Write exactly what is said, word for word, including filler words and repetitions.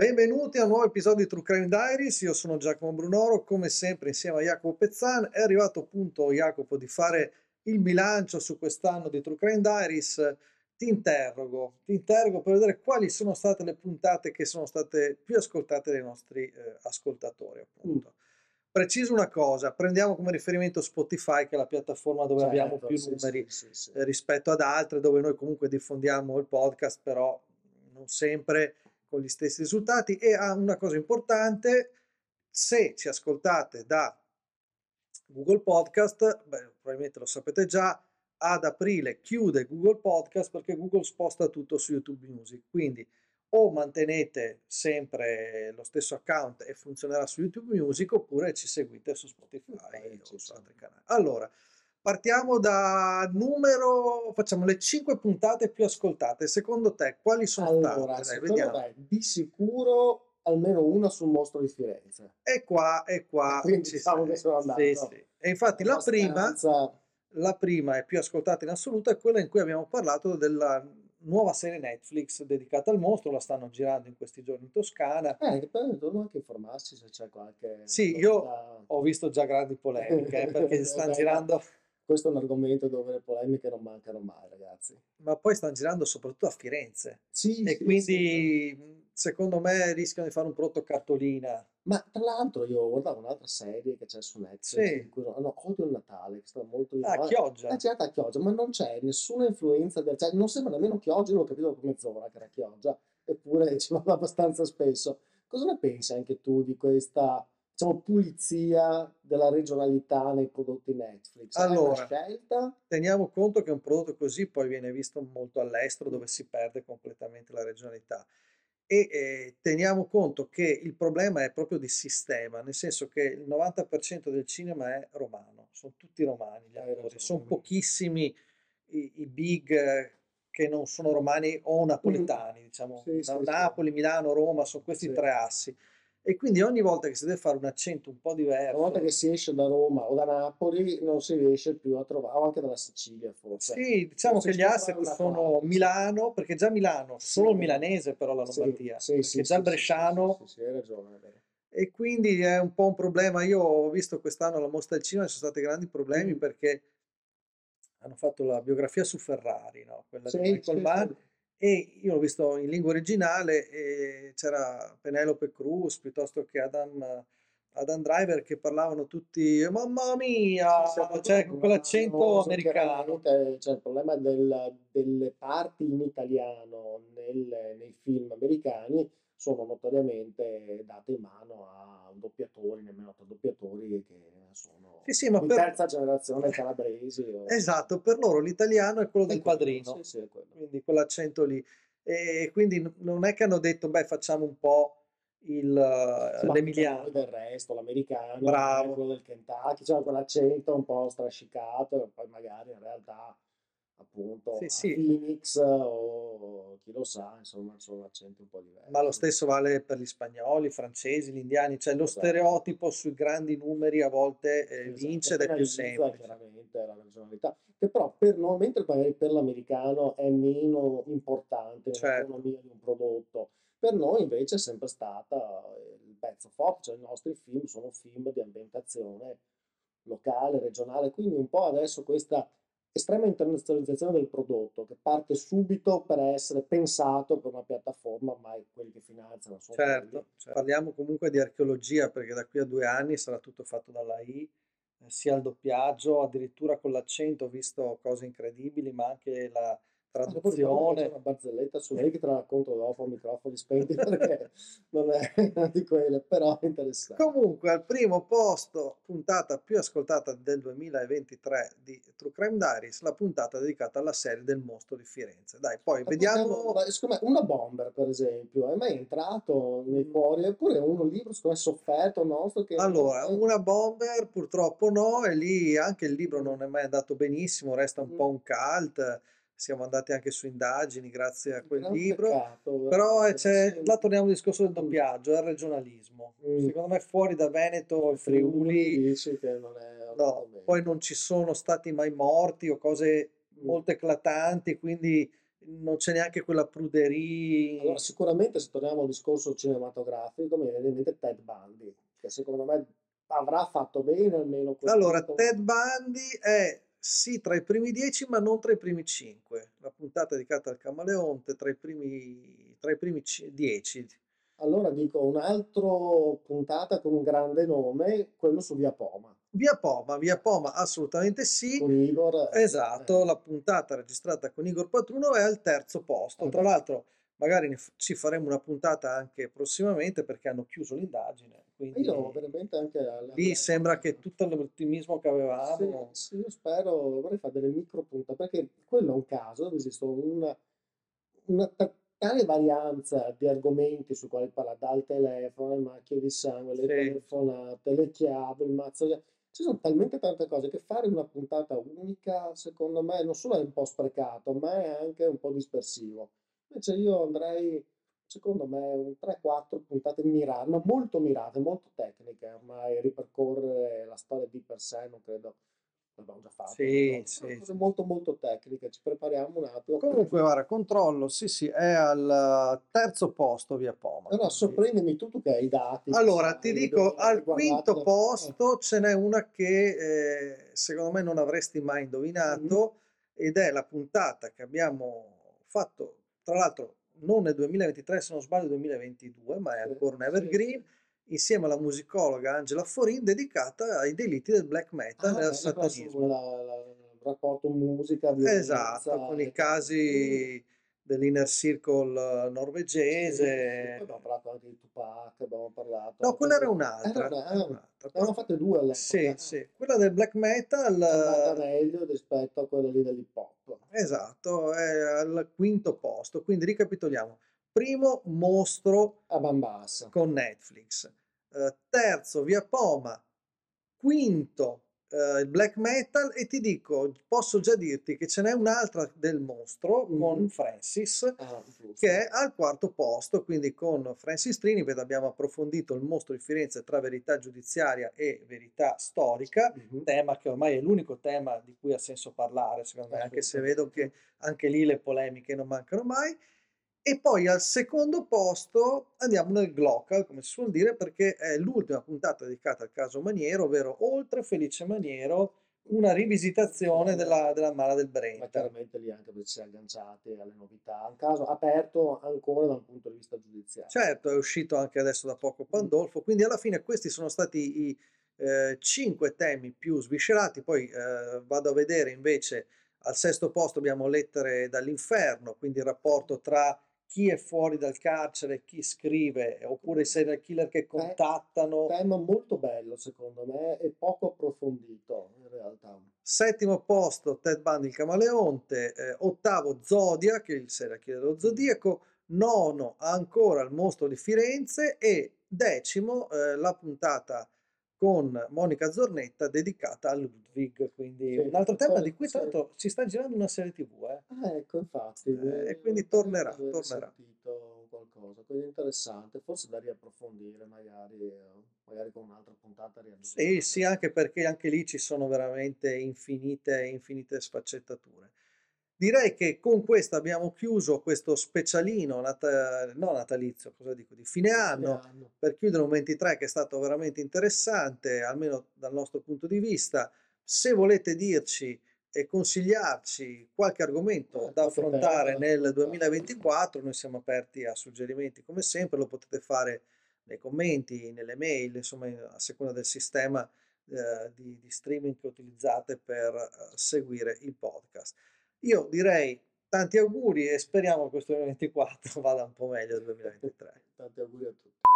Benvenuti a un nuovo episodio di True Crime Diaries. Io sono Giacomo Brunoro, come sempre insieme a Jacopo Pezzan. È arrivato appunto Jacopo di fare il bilancio su quest'anno di True Crime Diaries. Ti interrogo, ti interrogo per vedere quali sono state le puntate che sono state più ascoltate dai nostri eh, ascoltatori, appunto. Preciso una cosa, prendiamo come riferimento Spotify, che è la piattaforma dove Certo, abbiamo più sì, numeri sì, sì, sì. eh, rispetto ad altre, dove noi comunque diffondiamo il podcast, però non sempre con gli stessi risultati. E ha una cosa importante: se ci ascoltate da Google Podcast, beh, probabilmente lo sapete già, ad aprile chiude Google Podcast perché Google sposta tutto su YouTube Music, quindi o mantenete sempre lo stesso account e funzionerà su YouTube Music, oppure ci seguite su Spotify o su altri canali. Allora, partiamo da numero, facciamo le cinque puntate più ascoltate. Secondo te quali sono Allora, state? Dai, secondo vediamo. me di sicuro almeno una sul mostro di Firenze. E qua, e qua Quindi ci diciamo sei. che sono Sì, andato sì. E infatti la prima, abbastanza. la prima e più ascoltata in assoluto è quella in cui abbiamo parlato della nuova serie Netflix dedicata al mostro. La stanno girando in questi giorni in Toscana. Eh, che poi devono anche informarsi se c'è qualche Sì, io novità. ho visto già grandi polemiche eh, perché stanno Beh, ma girando, questo è un argomento dove le polemiche non mancano mai, ragazzi. ma poi stanno girando soprattutto a Firenze. Sì, E sì, sì. quindi mh, secondo me rischiano di fare un prodotto cartolina. Ma tra l'altro io guardavo un'altra serie che c'è su Netflix, Sì. in cui, no, Odio il Natale, che sta molto di Ah, moda. È Chioggia. girata a Chioggia, ma non c'è nessuna influenza, del, cioè non sembra nemmeno Chioggia, io l'ho capito dopo mezz'ora che era Chioggia, eppure ci vado abbastanza spesso. Cosa ne pensi anche tu di questa, diciamo, pulizia della regionalità nei prodotti Netflix? È una Allora, scelta? teniamo conto che un prodotto così poi viene visto molto all'estero, dove si perde completamente la regionalità. E eh, teniamo conto che il problema è proprio di sistema, nel senso che il novanta per cento del cinema è romano, sono tutti romani gli Hai attori, sono ragione. pochissimi i, i big eh, che non sono romani o Mm. napoletani, diciamo Sì, Na- sì, sì. Napoli, Milano, Roma, sono questi Sì. tre assi. E quindi ogni volta che si deve fare un accento un po' Una volta diverso. che si esce da Roma o da Napoli non si riesce più a trovare, o anche dalla Sicilia forse, Sì, non diciamo si che gli riesce a trovare asset una sono quadra, sì. Milano, perché già Milano, Sì, solo il milanese però la sì, Lombardia, sì, perché sì, già il sì, sì, sì, sì, bresciano, sì, sì, hai ragione, è vero. e quindi è un po' un problema. Io ho visto quest'anno alla Mostra del Cinema, ci sono stati grandi problemi Mm. perché hanno fatto la biografia su Ferrari, no? Quella di Sì, Michael sì, Mann, sì. e io l'ho visto in lingua originale e c'era Penelope Cruz piuttosto che Adam, Adam Driver, che parlavano tutti "mamma mia", Sì, sì, cioè purtroppo con non quell'accento hanno americano. chiaramente, cioè il problema del- delle parti in italiano nel- nei film americani sono notoriamente date in mano a doppiatori, nemmeno a doppiatori che Sì, sono sì, ma di per... terza generazione calabresi. O... Esatto, per loro l'italiano è quello È del quello, sì, Padrino, sì, è quello. quindi quell'accento lì. E quindi n- non è che hanno detto, beh, facciamo un po' il, Sì, eh, ma anche noi del l'emiliano. resto, l'americano, magari Bravo. quello del Kentucky, c'è quell'accento un po' strascicato, e poi magari in realtà, Sì, appunto, a sì, Phoenix o chi lo sa, insomma, sono accenti un po' ma lo diversi. stesso vale per gli spagnoli, i francesi, gli indiani, cioè lo Esatto. stereotipo sui grandi numeri a volte eh, Esatto, vince ed è più penalizza semplice. chiaramente la regionalità, che però per noi, mentre magari per l'americano è meno importante Certo, nell'economia di un prodotto, per noi invece è sempre stata eh, il pezzo forte, cioè i nostri film sono film di ambientazione locale, regionale, quindi un po' adesso questa estrema internazionalizzazione del prodotto che parte subito per essere pensato per una piattaforma, ormai quelli che finanziano sono quelli. certo. Cioè, parliamo comunque di archeologia perché da qui a due anni sarà tutto fatto dalla I, eh, sia il doppiaggio, addirittura con l'accento, ho visto cose incredibili, ma anche la Ah, dopo ricordami che c'è traduzione. una barzelletta su lei che te la racconto dopo a microfoni spenti perché non è una di quelle, però è interessante. Comunque, al primo posto, puntata più ascoltata del duemilaventitré di True Crime Diaries, la puntata dedicata alla serie del mostro di Firenze. Dai, poi Ma poi siamo- vediamo. ma secondo me una bomber, per esempio, è mai entrato nei mm, cuori, eppure è uno libro, secondo me, sofferto, nostro, che non Allora, è... una bomber purtroppo no, e lì anche il libro non è mai andato benissimo, resta un po' Mm, un cult. Siamo andati anche su indagini grazie a quel gran libro, peccato, però eh, veramente, ma c'è, sì. là torniamo al discorso del Mm, doppiaggio, è il regionalismo. mm. Secondo me fuori da Veneto e Friuli Friuli. dici che non è andato No, poi bene. non ci sono stati mai morti o cose Mm. molto eclatanti, quindi non c'è neanche quella Allora, pruderie. sicuramente se torniamo al discorso cinematografico, mi viene in mente Ted Bundy, che secondo me avrà fatto bene almeno quel Allora, titolo. Ted Bundy è sì tra i primi dieci, ma non tra i primi cinque. La puntata dedicata al camaleonte tra i primi, tra i primi ci- dieci. Allora dico un altro puntata con un grande nome, quello su Via Poma, Via Poma, Via Poma assolutamente sì. con Igor. eh, Esatto, la puntata registrata con Igor Patruno è al terzo posto. eh, Tra l'altro, magari ne f- ci faremo una puntata anche prossimamente perché hanno chiuso l'indagine, io quindi veramente anche lì sembra all'epoca. che tutto l'ottimismo che Sì, avevamo. sì, io spero, vorrei fare delle micro puntate, perché quello è un caso dove esiste una, una ta- tale varianza di argomenti su quali parla, dal telefono, le macchie di sangue, le Sì, telefonate, le chiavi, il mazzo di... Ci sono talmente tante cose che fare una puntata unica, secondo me, non solo è un po' sprecato, ma è anche un po' dispersivo. Invece io andrei, secondo me, un tre quattro puntate mirate, ma molto mirate, molto tecniche. Ormai ripercorrere la storia di per sé non credo l'abbiamo già fatto più sì, volte. Sono sì, cose sì. molto molto tecniche, ci prepariamo un attimo. Comunque, guarda, controllo, sì, sì, è al terzo posto Via Poma, Però quindi. sorprendimi tu, tu che hai i dati, che Allora, ti sai dico, dove l'hai al guardato quinto da... eh, posto ce n'è una che eh, secondo me non avresti mai mhm, indovinato ed è la puntata che abbiamo fatto, tra l'altro non nel duemilaventitré se non sbaglio duemilaventidue, ma è sì, ancora un sì, sì. evergreen, insieme alla musicologa Angela Forin, dedicata ai delitti del black metal Ah, e al bella, quella satanismo. sul rapporto musica, Esatto, con violenza i e cose. Mm. casi dell'inner circle Sì, sì, poi abbiamo norvegese. parlato anche di Tupac, abbiamo parlato No, anche quella era di... Era un'altra, una... era ah, ne un'altra. avevamo Questa- fatte due Sì, all'epoca. Ah, sì, quella del black metal, è andata eh, meglio rispetto a quella lì dell'hip hop. esatto, è al quinto posto. Quindi ricapitoliamo. Primo, Mostro A Bambassa. con Netflix. Eh, terzo, Via Poma. Quinto, eh, il black metal. E ti dico, posso già dirti che ce n'è un'altra del mostro con Mhm. Francis Ah, che giusto. è al quarto posto, quindi con Francis Trinipet abbiamo approfondito il mostro di Firenze tra verità giudiziaria e verità storica, Mhm. tema che ormai è l'unico tema di cui ha senso parlare, secondo me, anche se vedo Assolutamente. che anche lì le polemiche non mancano mai. E poi al secondo posto andiamo nel Glocal, come si suol dire, perché è l'ultima puntata dedicata al caso Maniero, ovvero Oltre Felice Maniero, una rivisitazione della, della Mala del Ma Brenta. chiaramente lì anche perché si è agganciati alle novità, un caso aperto ancora da un punto di vista giudiziario. Certo, è uscito anche adesso da poco Mm. Pandolfo, quindi alla fine questi sono stati i eh, cinque temi più sviscerati, poi eh, vado a vedere invece al sesto posto abbiamo Lettere dall'inferno, quindi il rapporto tra chi è fuori dal carcere, chi scrive, oppure i serial killer che È contattano. tema molto bello secondo me e poco approfondito in realtà. Settimo posto Ted Bundy il Camaleonte, eh, ottavo Zodiac, il serial killer dello Mhm. Zodiaco, nono ancora il Mostro di Firenze e decimo eh, la puntata con Monica Zornetta dedicata a Ludwig, quindi Sì, un altro e tema di poi cui sì. tra l'altro si sta girando una serie tivù, eh. Ah, ecco, infatti, Eh, e eh, mi quindi pare di tornerà, aver tornerà. sentito qualcosa, quindi interessante, forse da riapprofondire magari, eh, magari con un'altra puntata Sì, riaggiornata. sì, anche perché anche lì ci sono veramente infinite, infinite sfaccettature. Direi che con questo abbiamo chiuso questo specialino, nata- no natalizio, cosa dico, di fine Di fine anno, anno. per chiudere un ventitré che è stato veramente interessante, almeno dal nostro punto di vista. Se volete dirci e consigliarci qualche argomento Eh, da qualche tema affrontare da nel affrontare. duemilaventiquattro, noi siamo aperti a suggerimenti come sempre, lo potete fare nei commenti, nelle mail, insomma, a seconda del sistema eh, di, di streaming che utilizzate per eh, seguire il podcast. Io direi tanti auguri e speriamo che questo duemilaventiquattro vada un po' meglio del duemilaventitré. Tanti auguri a tutti.